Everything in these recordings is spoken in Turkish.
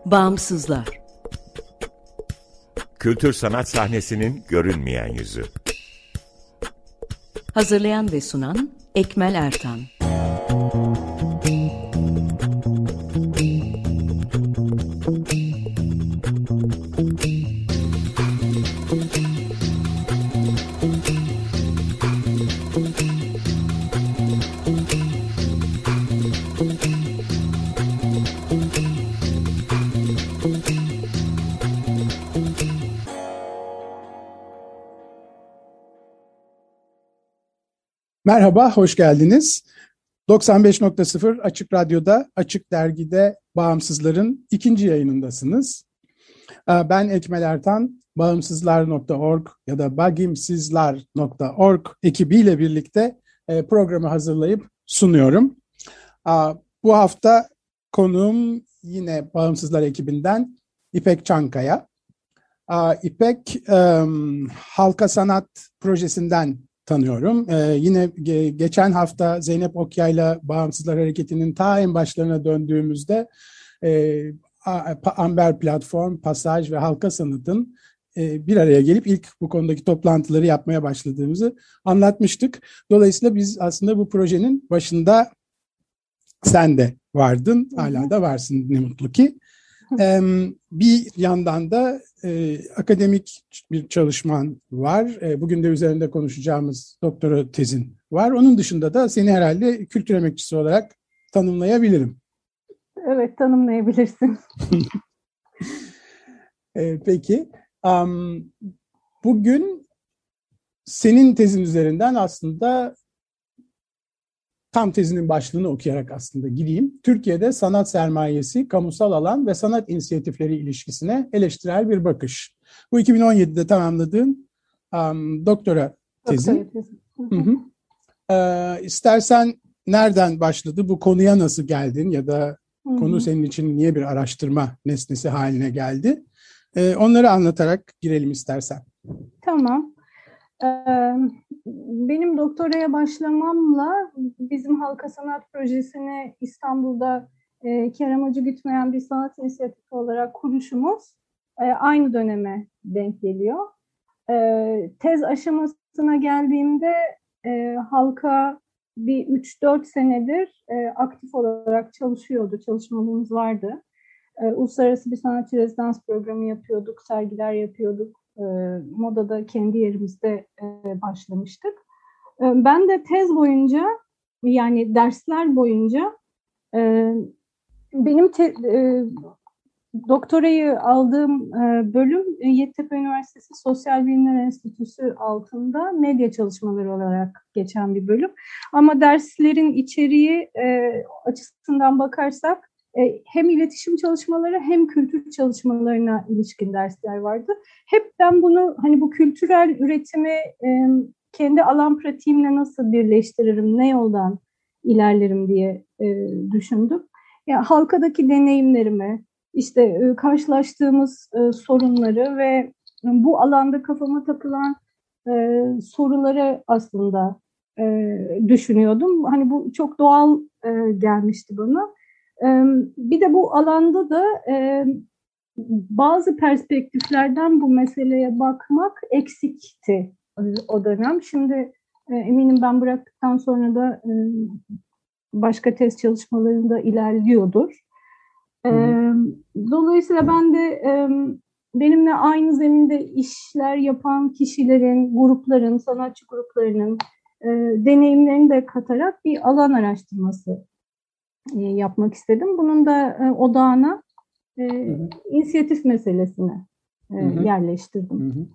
Bağımsızlar. Kültür sanat sahnesinin görünmeyen yüzü. Hazırlayan ve sunan Ekmel Ertan. Merhaba, hoş geldiniz. 95.0 Açık Radyo'da, Açık Dergi'de Bağımsızlar'ın ikinci yayınındasınız. Ben Ekmel Ertan, bağımsızlar.org ya da bagimsizlar.org ekibiyle birlikte programı hazırlayıp sunuyorum. Bu hafta konuğum yine Bağımsızlar ekibinden İpek Çankaya. İpek, Halka Sanat projesinden tanıyorum. Yine geçen hafta Zeynep Okyay'la Bağımsızlar Hareketi'nin ta en başlarına döndüğümüzde Amber Platform, Pasaj ve Halka Sanat'ın bir araya gelip ilk bu konudaki toplantıları yapmaya başladığımızı anlatmıştık. Dolayısıyla biz aslında bu projenin başında sen de vardın, hala da varsın ne mutlu ki. Bir yandan da akademik bir çalışman var. Bugün de üzerinde konuşacağımız doktora tezin var. Onun dışında da seni herhalde kültür emekçisi olarak tanımlayabilirim. Evet, tanımlayabilirsin. Peki. Bugün senin tezin üzerinden aslında tam tezinin başlığını okuyarak aslında gireyim. Türkiye'de sanat sermayesi, kamusal alan ve sanat inisiyatifleri ilişkisine eleştirel bir bakış. Bu 2017'de tamamladığın doktora tezin. İstersen nereden başladı, bu konuya nasıl geldin ya da konu senin için niye bir araştırma nesnesi haline geldi? Onları anlatarak girelim istersen. Tamam. Benim doktoraya başlamamla bizim Halka Sanat Projesi'ni İstanbul'da kar amacı gütmeyen bir sanat inisiyatifi olarak kuruşumuz aynı döneme denk geliyor. Tez aşamasına geldiğimde halka bir 3-4 senedir aktif olarak çalışıyordu, çalışmalarımız vardı. Uluslararası bir sanatçı rezidans programı yapıyorduk, sergiler yapıyorduk. Modada kendi yerimizde başlamıştık. Ben de tez boyunca, yani dersler boyunca benim doktorayı aldığım bölüm Yeditepe Üniversitesi Sosyal Bilimler Enstitüsü altında medya çalışmaları olarak geçen bir bölüm. Ama derslerin içeriği açısından bakarsak hem iletişim çalışmaları hem kültür çalışmalarına ilişkin dersler vardı. Hep ben bunu hani bu kültürel üretimi kendi alan pratiğimle nasıl birleştiririm, ne yoldan ilerlerim diye düşündüm. Ya halkadaki deneyimlerimi, işte karşılaştığımız sorunları ve bu alanda kafama takılan soruları aslında düşünüyordum. Hani bu çok doğal gelmişti bana. Bir de bu alanda da bazı perspektiflerden bu meseleye bakmak eksikti o dönem. Şimdi eminim ben bıraktıktan sonra da başka tez çalışmalarında ilerliyordur. Dolayısıyla ben de benimle aynı zeminde işler yapan kişilerin, grupların, sanatçı gruplarının deneyimlerini de katarak bir alan araştırması yapmak istedim. Bunun da odağına inisiyatif meselesine yerleştirdim.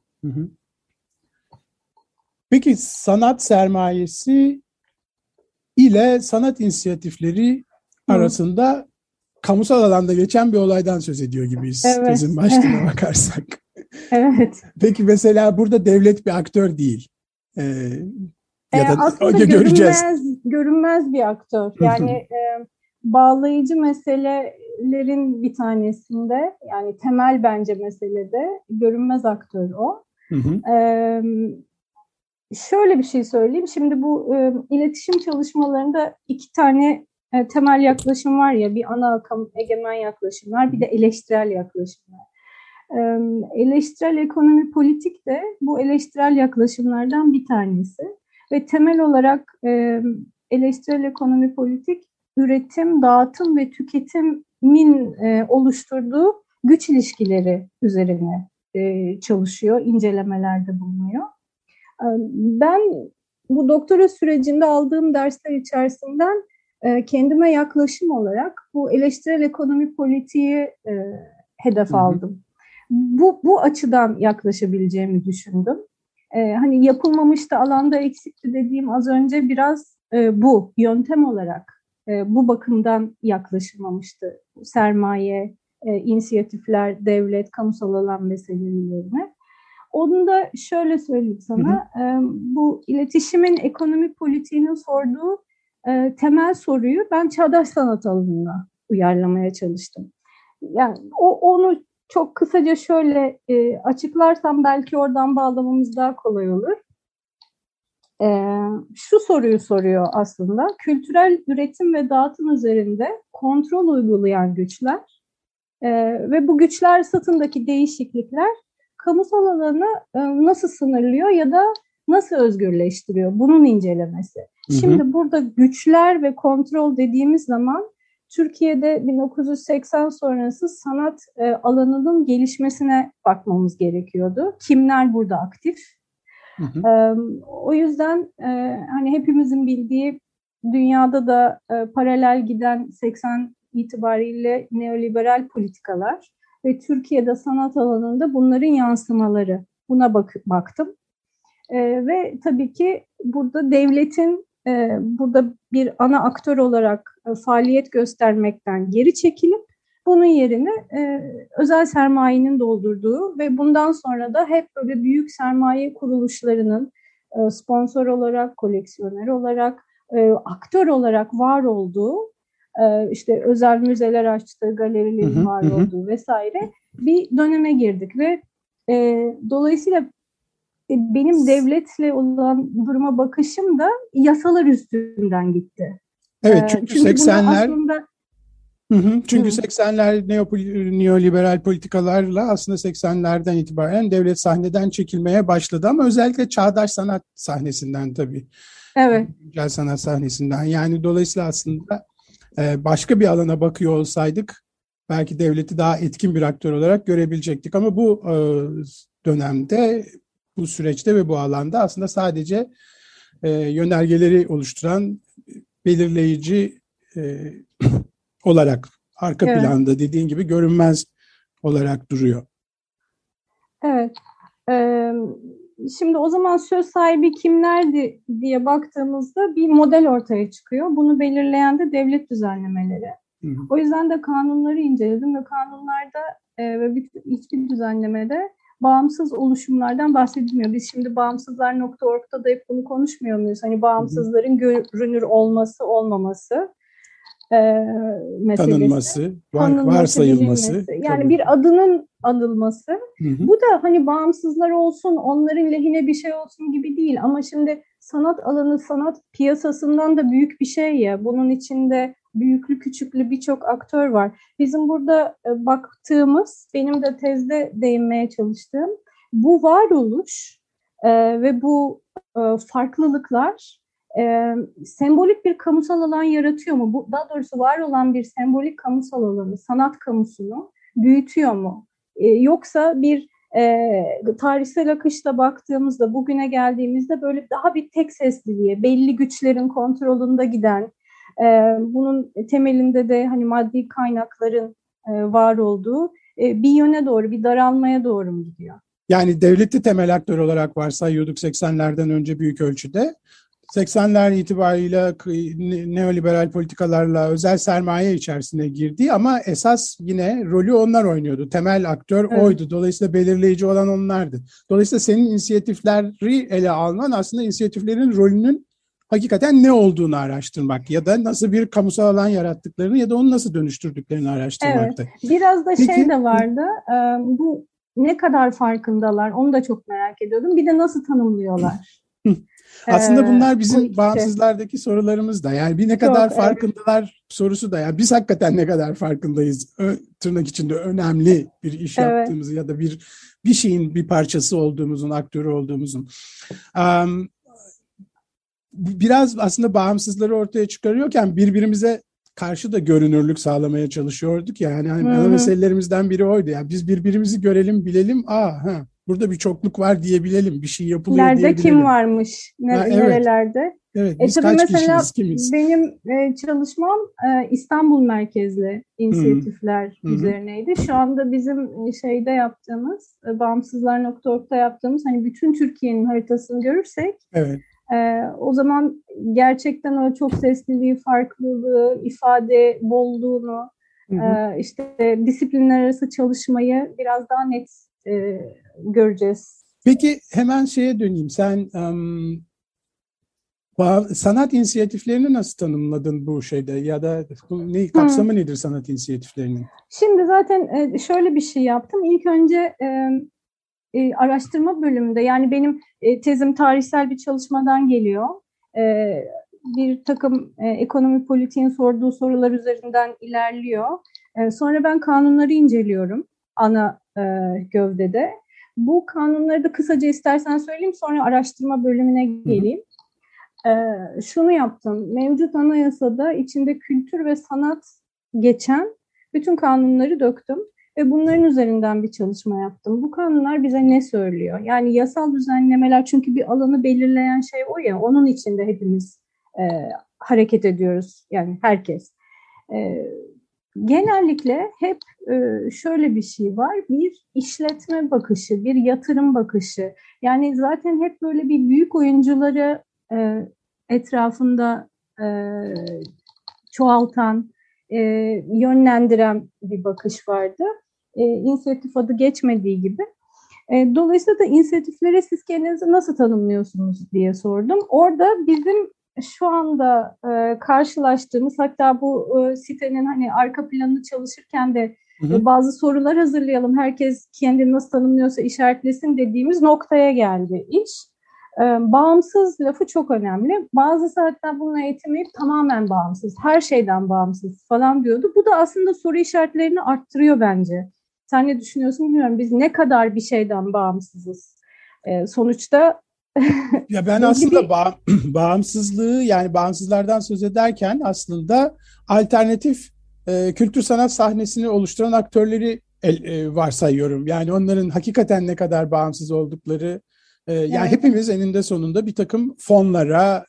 Peki sanat sermayesi ile sanat inisiyatifleri arasında kamusal alanda geçen bir olaydan söz ediyor gibiyiz. Evet. Tezin başlığına bakarsak. Evet. Peki mesela burada devlet bir aktör değil. Ya da aslında göreceğiz. Görünmez bir aktör. Yani bağlayıcı meselelerin bir tanesinde, yani temel bence meselede görünmez aktör o. Şöyle bir şey söyleyeyim. Şimdi bu iletişim çalışmalarında iki tane temel yaklaşım var ya, bir ana akım egemen yaklaşım var, bir de eleştirel yaklaşım var. Eleştirel ekonomi politik de bu eleştirel yaklaşımlardan bir tanesi ve temel olarak eleştirel ekonomi politik üretim, dağıtım ve tüketimin oluşturduğu güç ilişkileri üzerine çalışıyor, incelemelerde bulunuyor. Ben bu doktora sürecinde aldığım dersler içerisinden kendime yaklaşım olarak bu eleştirel ekonomi politiği hedef aldım. Bu açıdan yaklaşabileceğimi düşündüm. Hani yapılmamıştı, alanda eksikti dediğim az önce biraz bu yöntem olarak bu bakımdan yaklaşılmamıştı. Sermaye, inisiyatifler, devlet, kamusal alan meselelerine. Onu da şöyle söyleyeyim sana, bu iletişimin ekonomi politiğinin sorduğu temel soruyu ben çağdaş sanat alanına uyarlamaya çalıştım. Yani onu çok kısaca şöyle açıklarsam belki oradan bağlamamız daha kolay olur. Şu soruyu soruyor aslında: kültürel üretim ve dağıtım üzerinde kontrol uygulayan güçler ve bu güçler satındaki değişiklikler kamusal alanı nasıl sınırlıyor ya da nasıl özgürleştiriyor? Bunun incelemesi. Şimdi burada güçler ve kontrol dediğimiz zaman Türkiye'de 1980 sonrası sanat alanının gelişmesine bakmamız gerekiyordu. Kimler burada aktif? O yüzden hani hepimizin bildiği, dünyada da paralel giden 80 itibariyle neoliberal politikalar ve Türkiye'de sanat alanında bunların yansımaları. Buna baktım. Ve tabii ki burada devletin burada bir ana aktör olarak faaliyet göstermekten geri çekilip bunun yerine özel sermayenin doldurduğu ve bundan sonra da hep böyle büyük sermaye kuruluşlarının sponsor olarak, koleksiyoner olarak, aktör olarak var olduğu, işte özel müzeler açtığı, galerilerin var olduğu vesaire bir döneme girdik ve dolayısıyla benim devletle olan duruma bakışım da yasalar üstünden gitti. Evet, çünkü 80'ler aslında... Çünkü 80'ler neoliberal politikalarla aslında 80'lerden itibaren devlet sahneden çekilmeye başladı ama özellikle çağdaş sanat sahnesinden tabii. Evet. Güncel sanat sahnesinden. Yani dolayısıyla aslında başka bir alana bakıyor olsaydık belki devleti daha etkin bir aktör olarak görebilecektik ama bu dönemde, bu süreçte ve bu alanda aslında sadece yönergeleri oluşturan belirleyici olarak arka planda dediğin gibi görünmez olarak duruyor. Evet. Şimdi o zaman söz sahibi kimlerdi diye baktığımızda bir model ortaya çıkıyor. Bunu belirleyen de devlet düzenlemeleri. O yüzden de kanunları inceledim ve kanunlarda ve hiçbir düzenlemede bağımsız oluşumlardan bahsedilmiyor. Biz şimdi bağımsızlar.org'da da hep bunu konuşmuyor muyuz? Hani bağımsızların görünür olması, olmaması meselesi. Tanınması, varsayılması. Bilinmesi. Yani bir adının anılması. Bu da hani bağımsızlar olsun, onların lehine bir şey olsun gibi değil. Ama şimdi sanat alanı, sanat piyasasından da büyük bir şey ya. Bunun içinde büyüklü küçüklü birçok aktör var. Bizim burada baktığımız, benim de tezde değinmeye çalıştığım bu varoluş ve bu farklılıklar sembolik bir kamusal alan yaratıyor mu? Daha doğrusu var olan bir sembolik kamusal alanı, sanat kamusunu büyütüyor mu? Yoksa bir tarihsel akışla baktığımızda, bugüne geldiğimizde böyle daha bir tek sesliliğe, belli güçlerin kontrolünde giden, bunun temelinde de hani maddi kaynakların var olduğu bir yöne doğru, bir daralmaya doğru mu gidiyor? Yani devleti temel aktör olarak varsayıyorduk 80'lerden önce büyük ölçüde. 80'ler itibariyle neoliberal politikalarla özel sermaye içerisine girdi ama esas yine rolü onlar oynuyordu. Temel aktör oydu. Dolayısıyla belirleyici olan onlardı. Dolayısıyla senin inisiyatifleri ele alman aslında inisiyatiflerin rolünün hakikaten ne olduğunu araştırmak ya da nasıl bir kamusal alan yarattıklarını ya da onu nasıl dönüştürdüklerini araştırmaktı. Evet. Biraz da şey de vardı. Bu ne kadar farkındalar onu da çok merak ediyordum. Bir de nasıl tanımlıyorlar? Aslında bunlar bizim ikisi. bağımsızlardaki sorularımız da. Yani bir ne Çok, kadar farkındalar sorusu da. Yani biz hakikaten ne kadar farkındayız? Tırnak içinde önemli bir iş Evet. yaptığımızı ya da bir şeyin bir parçası olduğumuzun, aktörü olduğumuzun. Biraz aslında bağımsızları ortaya çıkarıyorken birbirimize karşı da görünürlük sağlamaya çalışıyorduk. Yani ana meselelerimizden biri oydu. Yani biz birbirimizi görelim, bilelim. Burada bir çokluk var diyebilelim. Bir şey yapılıyor Nerede diyebilelim. kim varmış? Evet. Nerelerde? Evet, biz Tabii kaç mesela kişiyiz, kimiz? benim çalışmam İstanbul merkezli inisiyatifler Hı hı. üzerineydi. Şu anda bizim şeyde yaptığımız, bağımsızlar.org'da yaptığımız hani bütün Türkiye'nin haritasını görürsek, Evet. o zaman gerçekten o çok sesliliği, farklılığı, ifade bolluğunu, işte disiplinler arası çalışmayı biraz daha net göreceğiz. Peki hemen şeye döneyim. Sen sanat inisiyatiflerini nasıl tanımladın bu şeyde ya da kapsamı nedir sanat inisiyatiflerinin? Şimdi zaten şöyle bir şey yaptım. İlk önce araştırma bölümünde, yani benim tezim tarihsel bir çalışmadan geliyor. Bir takım ekonomi politiğin sorduğu sorular üzerinden ilerliyor. Sonra ben kanunları inceliyorum ana gövdede. Bu kanunları da kısaca istersen söyleyeyim, sonra araştırma bölümüne geleyim. Şunu yaptım. Mevcut anayasada içinde kültür ve sanat geçen bütün kanunları döktüm ve bunların üzerinden bir çalışma yaptım. Bu kanunlar bize ne söylüyor? Yani yasal düzenlemeler, çünkü bir alanı belirleyen şey o ya, onun içinde hepimiz hareket ediyoruz. Yani herkes. Genellikle hep şöyle bir şey var. Bir işletme bakışı, bir yatırım bakışı. Yani zaten hep böyle bir büyük oyuncuları etrafında çoğaltan, yönlendiren bir bakış vardı. İnisiyatif adı geçmediği gibi. Dolayısıyla da inisiyatiflere siz kendinizi nasıl tanımlıyorsunuz diye sordum. Orada bizim şu anda karşılaştığımız, hatta bu sitenin hani arka planını çalışırken de bazı sorular hazırlayalım, herkes kendini nasıl tanımlıyorsa işaretlesin dediğimiz noktaya geldi iş. Bağımsız lafı çok önemli. Bazısı hatta bununla yetinmeyip tamamen bağımsız, her şeyden bağımsız falan diyordu. Bu da aslında soru işaretlerini arttırıyor bence. Sen ne düşünüyorsun bilmiyorum. Biz ne kadar bir şeyden bağımsızız? Sonuçta ya ben aslında bağımsızlığı, yani bağımsızlardan söz ederken aslında alternatif kültür sanat sahnesini oluşturan aktörleri varsayıyorum. Yani onların hakikaten ne kadar bağımsız oldukları, yani hepimiz eninde sonunda bir takım fonlara,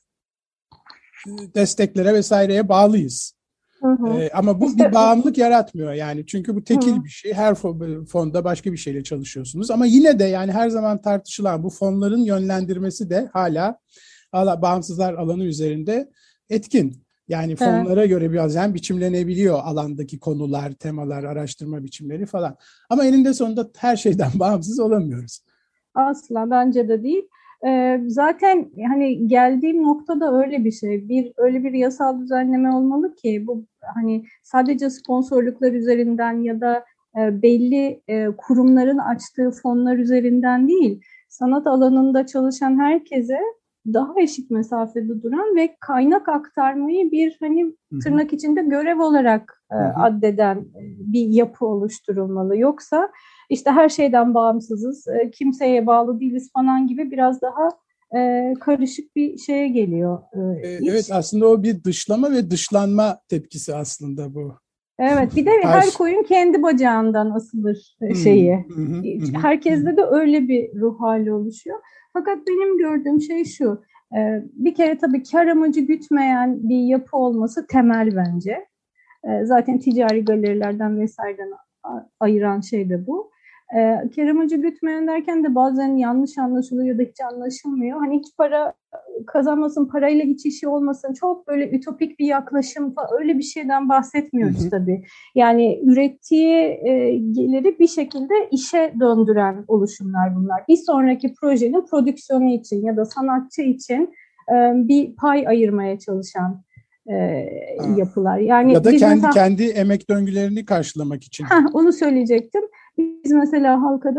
desteklere vesaireye bağlıyız. Ama bu bir bağımlılık yaratmıyor yani, çünkü bu tekil bir şey. Her fonda başka bir şeyle çalışıyorsunuz ama yine de yani her zaman tartışılan bu fonların yönlendirmesi de hala bağımsızlar alanı üzerinde etkin. Yani fonlara göre biraz yani biçimlenebiliyor alandaki konular, temalar, araştırma biçimleri falan. Ama eninde sonunda her şeyden bağımsız olamıyoruz. Asla, bence de değil. Zaten hani geldiğim noktada öyle bir şey, öyle bir yasal düzenleme olmalı ki bu hani sadece sponsorluklar üzerinden ya da belli kurumların açtığı fonlar üzerinden değil, sanat alanında çalışan herkese daha eşit mesafede duran ve kaynak aktarmayı bir hani tırnak içinde görev olarak addeden bir yapı oluşturulmalı. Yoksa işte her şeyden bağımsızız, kimseye bağlı değiliz falan gibi biraz daha karışık bir şeye geliyor. Evet, aslında o bir dışlama ve dışlanma tepkisi aslında bu. Evet, bir de her koyun kendi bacağından asılır şeyi. Herkeste de öyle bir ruh hali oluşuyor. Fakat benim gördüğüm şey şu, bir kere tabii kar amacı gütmeyen bir yapı olması temel bence. Zaten ticari galerilerden vesaireden ayıran şey de bu. Kar amacı gütmeyen derken de bazen yanlış anlaşılıyor ya da hiç anlaşılmıyor. Hani hiç para kazanmasın, parayla hiç işi olmasın, çok böyle ütopik bir yaklaşım, öyle bir şeyden bahsetmiyoruz tabii. Yani ürettiği geliri bir şekilde işe döndüren oluşumlar bunlar. Bir sonraki projenin prodüksiyonu için ya da sanatçı için bir pay ayırmaya çalışan yapılar. Yani ya da kendi emek döngülerini karşılamak için. Onu söyleyecektim. Biz mesela Halka'da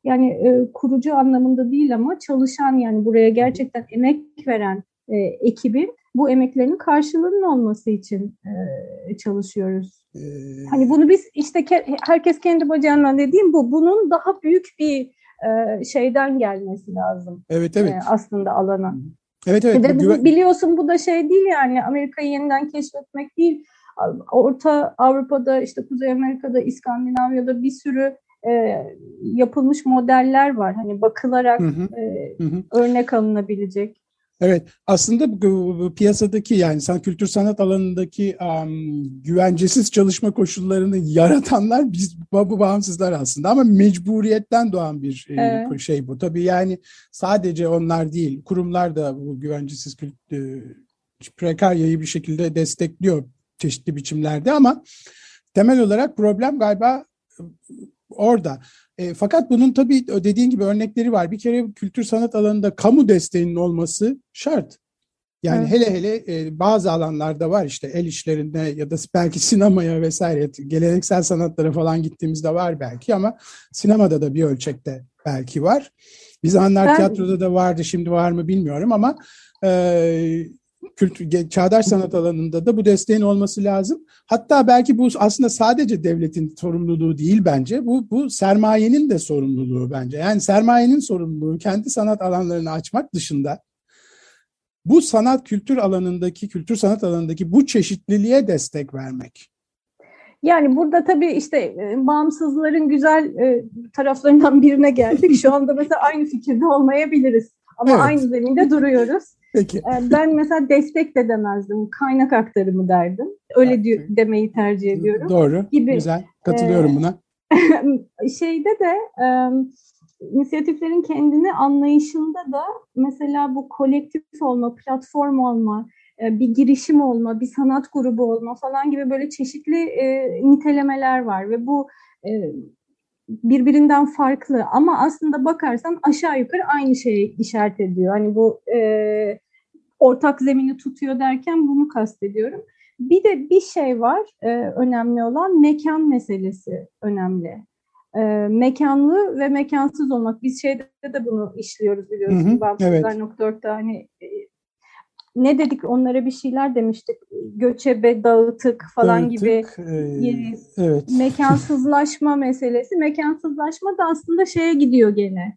kurucu anlamında değil ama çalışan, yani buraya gerçekten emek veren ekibin bu emeklerinin karşılığının olması için çalışıyoruz. Hani bunu biz işte herkes kendi bacağından dediğim bu. Bunun daha büyük bir şeyden gelmesi lazım. Evet, evet. Aslında alana. Evet, evet. Biliyorsun bu da şey değil, yani Amerika'yı yeniden keşfetmek değil. Orta Avrupa'da, işte Kuzey Amerika'da, İskandinavya'da bir sürü yapılmış modeller var. Hani bakılarak örnek alınabilecek. Evet, aslında bu piyasadaki, yani kültür sanat alanındaki güvencesiz çalışma koşullarını yaratanlar biz, bu bağımsızlar aslında, ama mecburiyetten doğan bir şey bu. Tabii yani sadece onlar değil, kurumlar da bu güvencesiz prekaryayı bir şekilde destekliyor çeşitli biçimlerde, ama temel olarak problem galiba orada. Fakat bunun tabii dediğin gibi örnekleri var. Bir kere kültür sanat alanında kamu desteğinin olması şart. Yani hele bazı alanlarda var, işte el işlerinde ya da belki sinemaya vesaire, geleneksel sanatlara falan gittiğimizde var belki, ama sinemada da bir ölçekte belki var. Bir zamanlar tiyatroda da vardı, şimdi var mı bilmiyorum, ama çağdaş sanat alanında da bu desteğin olması lazım. Hatta belki bu aslında sadece devletin sorumluluğu değil bence. Bu sermayenin de sorumluluğu bence. Yani sermayenin sorumluluğu kendi sanat alanlarını açmak dışında bu kültür sanat alanındaki bu çeşitliliğe destek vermek. Yani burada tabii işte bağımsızların güzel taraflarından birine geldik. Şu anda mesela aynı fikirde olmayabiliriz. Ama evet, aynı zeminde duruyoruz. Peki. Ben mesela destek de demezdim. Kaynak aktarımı derdim. Öyle demeyi tercih ediyorum. Doğru. Güzel. Katılıyorum buna. Şeyde de inisiyatiflerin kendini anlayışında da mesela bu kolektif olma, platform olma, bir girişim olma, bir sanat grubu olma falan gibi böyle çeşitli nitelemeler var ve bu birbirinden farklı, ama aslında bakarsan aşağı yukarı aynı şeye işaret ediyor. Hani bu ortak zemini tutuyor derken bunu kastediyorum. Bir de bir şey var, önemli olan mekan meselesi önemli. Mekanlı ve mekansız olmak. Biz şeyde de bunu işliyoruz, biliyorsun. Bağımsızlar.org'da evet. Hani ne dedik, onlara bir şeyler demiştik. Göçebe, dağıtık falan gibi. Evet. Mekansızlaşma meselesi. Mekansızlaşma da aslında şeye gidiyor gene.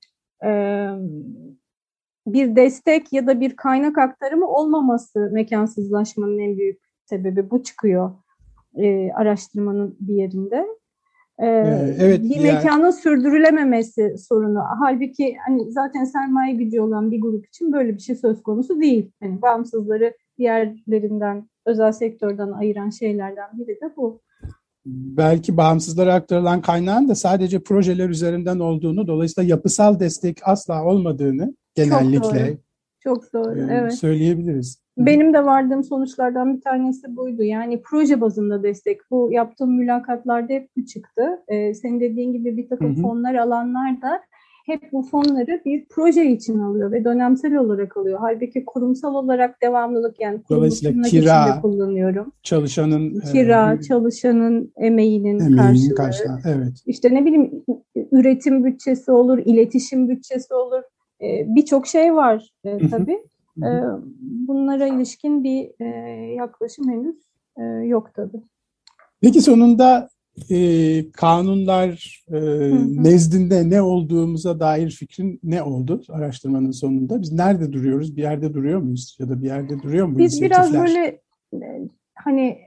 Bir destek ya da bir kaynak aktarımı olmaması mekansızlaşmanın en büyük sebebi. Bu çıkıyor araştırmanın bir yerinde. Evet, bir mekanın sürdürülememesi sorunu. Halbuki hani zaten sermaye gücü olan bir grup için böyle bir şey söz konusu değil. Yani bağımsızları diğerlerinden, özel sektörden ayıran şeylerden biri de bu. Belki bağımsızlara aktarılan kaynağın da sadece projeler üzerinden olduğunu, dolayısıyla yapısal destek asla olmadığını genellikle çok doğru. Evet. Söyleyebiliriz. Benim de vardığım sonuçlardan bir tanesi buydu. Yani proje bazında destek. Bu yaptığım mülakatlarda hep bu çıktı. Senin dediğin gibi bir takım fonlar alanlar da hep bu fonları bir proje için alıyor ve dönemsel olarak alıyor. Halbuki kurumsal olarak devamlılık, yani dolayısıyla kira, kullanıyorum. Çalışanın çalışanın emeğinin karşılığı. Evet. İşte ne bileyim, üretim bütçesi olur, iletişim bütçesi olur. Birçok şey var tabii. Bunlara ilişkin bir yaklaşım henüz yok tabii. Peki sonunda kanunlar nezdinde ne olduğumuza dair fikrin ne oldu araştırmanın sonunda? Biz nerede duruyoruz? Bir yerde duruyor muyuz? Ya da bir yerde duruyor mu biz biraz böyle hani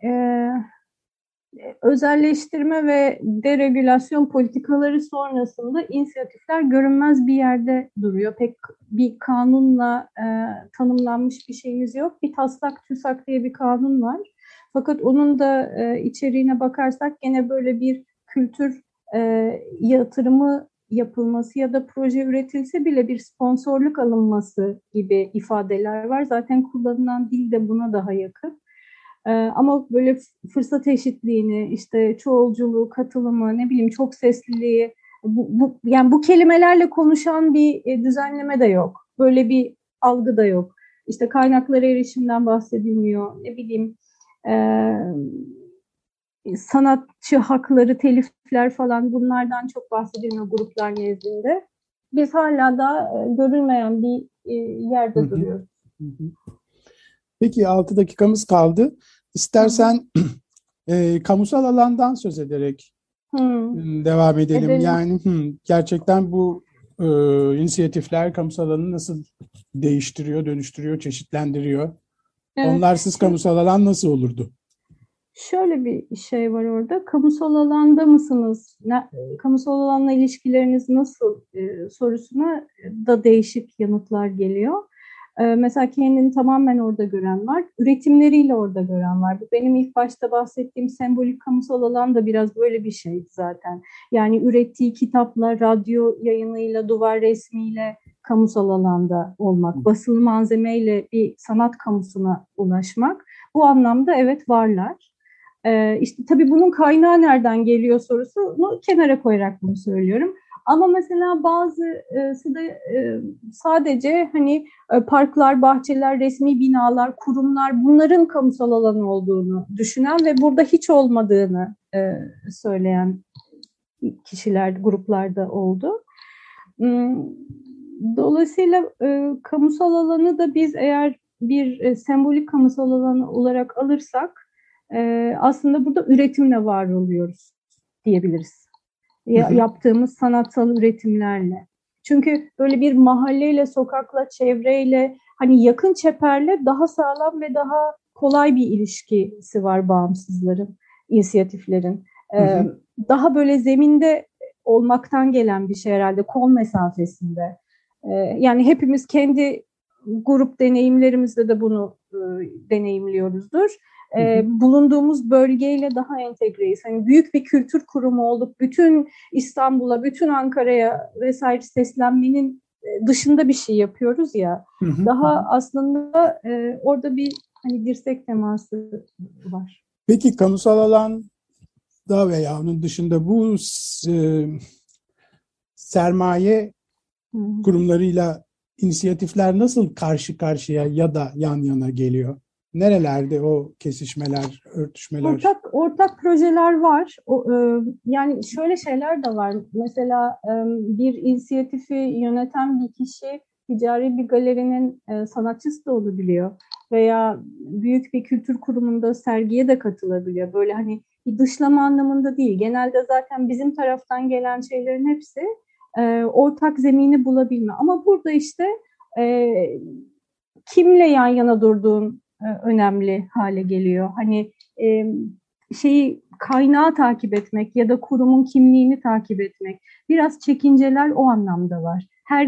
özelleştirme ve deregülasyon politikaları sonrasında inisiyatifler görünmez bir yerde duruyor. Pek bir kanunla tanımlanmış bir şeyimiz yok. Bir taslak TÜSAK diye bir kanun var. Fakat onun da içeriğine bakarsak gene böyle bir kültür yatırımı yapılması ya da proje üretilse bile bir sponsorluk alınması gibi ifadeler var. Zaten kullanılan dil de buna daha yakın. Ama böyle fırsat eşitliğini, işte çoğulculuğu, katılımı, ne bileyim çok sesliliği, yani bu kelimelerle konuşan bir düzenleme de yok. Böyle bir algı da yok. İşte kaynaklara erişimden bahsedilmiyor. Ne bileyim sanatçı hakları, telifler falan, bunlardan çok bahsedilmiyor gruplar nezdinde. biz hala da görülmeyen bir yerde Hı hı. duruyoruz. Hı hı. Peki 6 dakikamız kaldı. Hı hı. İstersen kamusal alandan söz ederek Hı. devam edelim. Edelim. Yani gerçekten bu inisiyatifler kamusal alanı nasıl değiştiriyor, dönüştürüyor, çeşitlendiriyor? Evet. Onlarsız kamusal alan nasıl olurdu? Şöyle bir şey var orada. Kamusal alanda mısınız? Kamusal alanla ilişkileriniz nasıl sorusuna da değişik yanıtlar geliyor. Mesela kendini tamamen orada gören var. Üretimleriyle orada gören var. Bu benim ilk başta bahsettiğim sembolik kamusal alan da biraz böyle bir şeydi zaten. Yani ürettiği kitapla, radyo yayınıyla, duvar resmiyle kamusal alanda olmak, basılı malzemeyle bir sanat kamusuna ulaşmak. Bu anlamda evet varlar. İşte tabii bunun kaynağı nereden geliyor sorusunu kenara koyarak bunu söylüyorum. Ama mesela bazısı da sadece hani parklar, bahçeler, resmi binalar, kurumlar bunların kamusal alan olduğunu düşünen ve burada hiç olmadığını söyleyen kişiler, gruplarda oldu. Dolayısıyla kamusal alanı da biz eğer bir sembolik kamusal alan olarak alırsak aslında burada üretimle var oluyoruz diyebiliriz. Hı hı. Yaptığımız sanatsal üretimlerle. Çünkü böyle bir mahalleyle, sokakla, çevreyle, hani yakın çeperle daha sağlam ve daha kolay bir ilişkisi var bağımsızların, inisiyatiflerin. Hı hı. Daha böyle zeminde olmaktan gelen bir şey herhalde, kol mesafesinde. Yani hepimiz kendi grup deneyimlerimizde de bunu deneyimliyoruzdur. Hı hı. Bulunduğumuz bölgeyle daha entegreyiz. Hani büyük bir kültür kurumu olup bütün İstanbul'a, bütün Ankara'ya vesaire seslenmenin dışında bir şey yapıyoruz ya. Hı hı. Daha aslında orada bir hani dirsek teması var. Peki kamusal alanda veya onun dışında bu sermaye Hı-hı. kurumlarıyla inisiyatifler nasıl karşı karşıya ya da yan yana geliyor? Nerelerde o kesişmeler, örtüşmeler? Ortak projeler var. Yani şöyle şeyler de var. Mesela bir inisiyatifi yöneten bir kişi ticari bir galerinin sanatçısı da olabiliyor. Veya büyük bir kültür kurumunda sergiye de katılabiliyor. Böyle hani bir dışlama anlamında değil. Genelde zaten bizim taraftan gelen şeylerin hepsi ortak zemini bulabilme. Ama burada işte e, kimle yan yana durduğun önemli hale geliyor. Hani şeyi kaynağı takip etmek ya da kurumun kimliğini takip etmek. Biraz çekinceler o anlamda var.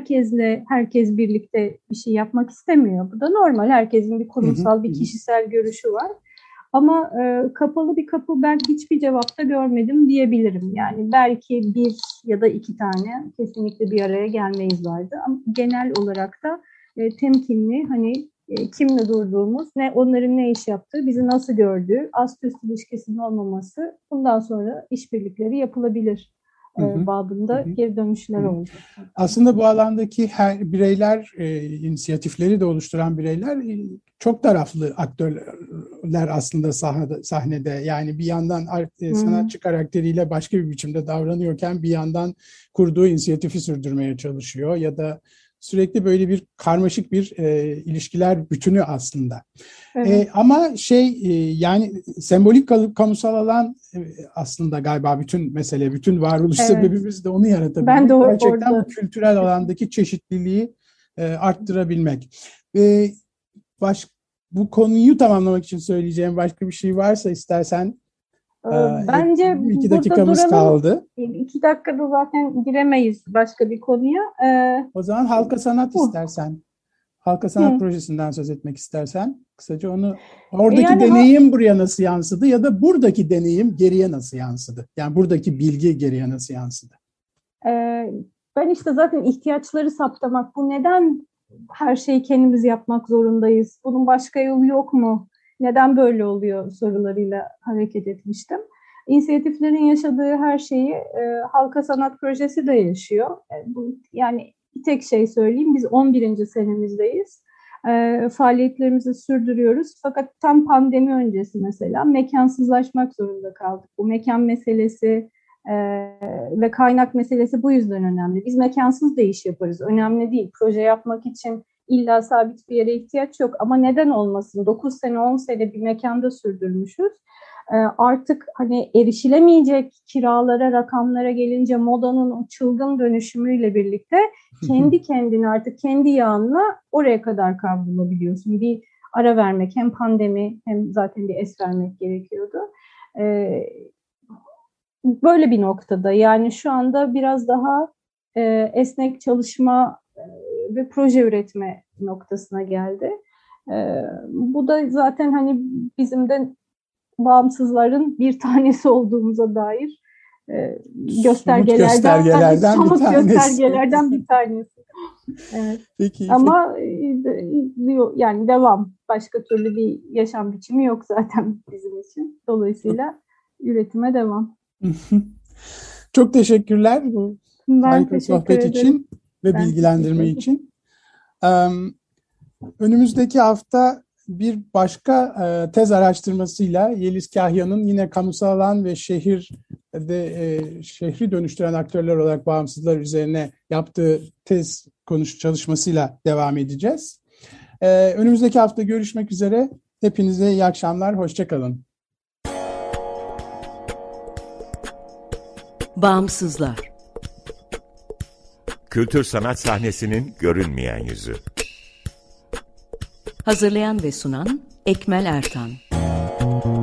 Herkes birlikte bir şey yapmak istemiyor. Bu da normal. Herkesin bir Hı hı. kurumsal, Hı bir hı. kişisel görüşü var. Ama kapalı bir kapı ben hiçbir cevapta görmedim diyebilirim. Yani belki bir ya da iki tane kesinlikle bir araya gelmeyiz vardı. Ama genel olarak da temkinli hani kimle durduğumuz, onların ne iş yaptığı, bizi nasıl gördüğü, ast üst ilişkisinin olmaması, bundan sonra işbirlikleri yapılabilir Hı hı. Hı babında hı. geri dönüşler Hı. oldu. Aslında bu alandaki her bireyler, inisiyatifleri de oluşturan bireyler çok taraflı aktörler aslında sahnede. Yani bir yandan Hmm. sanatçı karakteriyle başka bir biçimde davranıyorken bir yandan kurduğu inisiyatifi sürdürmeye çalışıyor ya da sürekli böyle bir karmaşık bir ilişkiler bütünü aslında. Evet. Ama yani sembolik kamusal alan aslında galiba bütün mesele, bütün varoluş Evet. sebebimiz de onu Ben de yaratabilmek. Gerçekten bu orada. kültürel alandaki çeşitliliği arttırabilmek. Ve baş, bu konuyu tamamlamak için söyleyeceğim başka bir şey varsa istersen Bence 2 dakikamız burada duralım. kaldı. 2 dakikada zaten giremeyiz başka bir konuya. O zaman halka sanat Bu. istersen. Halka Sanat Hı. Projesi'nden söz etmek istersen kısaca onu oradaki Yani deneyim buraya nasıl yansıdı ya da buradaki deneyim geriye nasıl yansıdı? Yani buradaki bilgi geriye nasıl yansıdı? e, ben işte zaten ihtiyaçları saptamak. Bu neden her şeyi kendimiz yapmak zorundayız? Bunun başka yolu yok mu? Neden böyle oluyor sorularıyla hareket etmiştim. İnisiyatiflerin yaşadığı her şeyi Halka Sanat Projesi de yaşıyor. Yani bir tek şey söyleyeyim, biz 11. senemizdeyiz. Faaliyetlerimizi sürdürüyoruz. Fakat tam pandemi öncesi mesela mekansızlaşmak zorunda kaldık. Bu mekan meselesi, Ve kaynak meselesi bu yüzden önemli. Biz mekansız da iş yaparız. Önemli değil. Proje yapmak için illa sabit bir yere ihtiyaç yok. Ama neden olmasın? 9 sene, 10 sene bir mekanda sürdürmüşüz. Artık hani erişilemeyecek kiralara, rakamlara gelince modanın o çılgın dönüşümüyle birlikte kendi kendine artık kendi yağınla oraya kadar kavrulabiliyorsun. Bir ara vermek, hem pandemi hem zaten bir es vermek gerekiyordu. Böyle bir noktada yani şu anda biraz daha esnek çalışma ve proje üretme noktasına geldi. Bu da zaten hani bizim de bağımsızların bir tanesi olduğumuza dair göstergelerden bir tanesi. Evet. Peki. Ama yani devam. Başka türlü bir yaşam biçimi yok zaten bizim için. Dolayısıyla üretime devam. Çok teşekkürler bu harika sohbet için ve bilgilendirme için. Önümüzdeki hafta bir başka tez araştırmasıyla Yeliz Kahya'nın yine kamusal alan ve şehri dönüştüren aktörler olarak bağımsızlar üzerine yaptığı tez çalışmasıyla devam edeceğiz. Önümüzdeki hafta görüşmek üzere. Hepinize iyi akşamlar. Hoşça kalın. Bağımsızlar. Kültür sanat sahnesinin görünmeyen yüzü. Hazırlayan ve sunan Ekmel Ertan.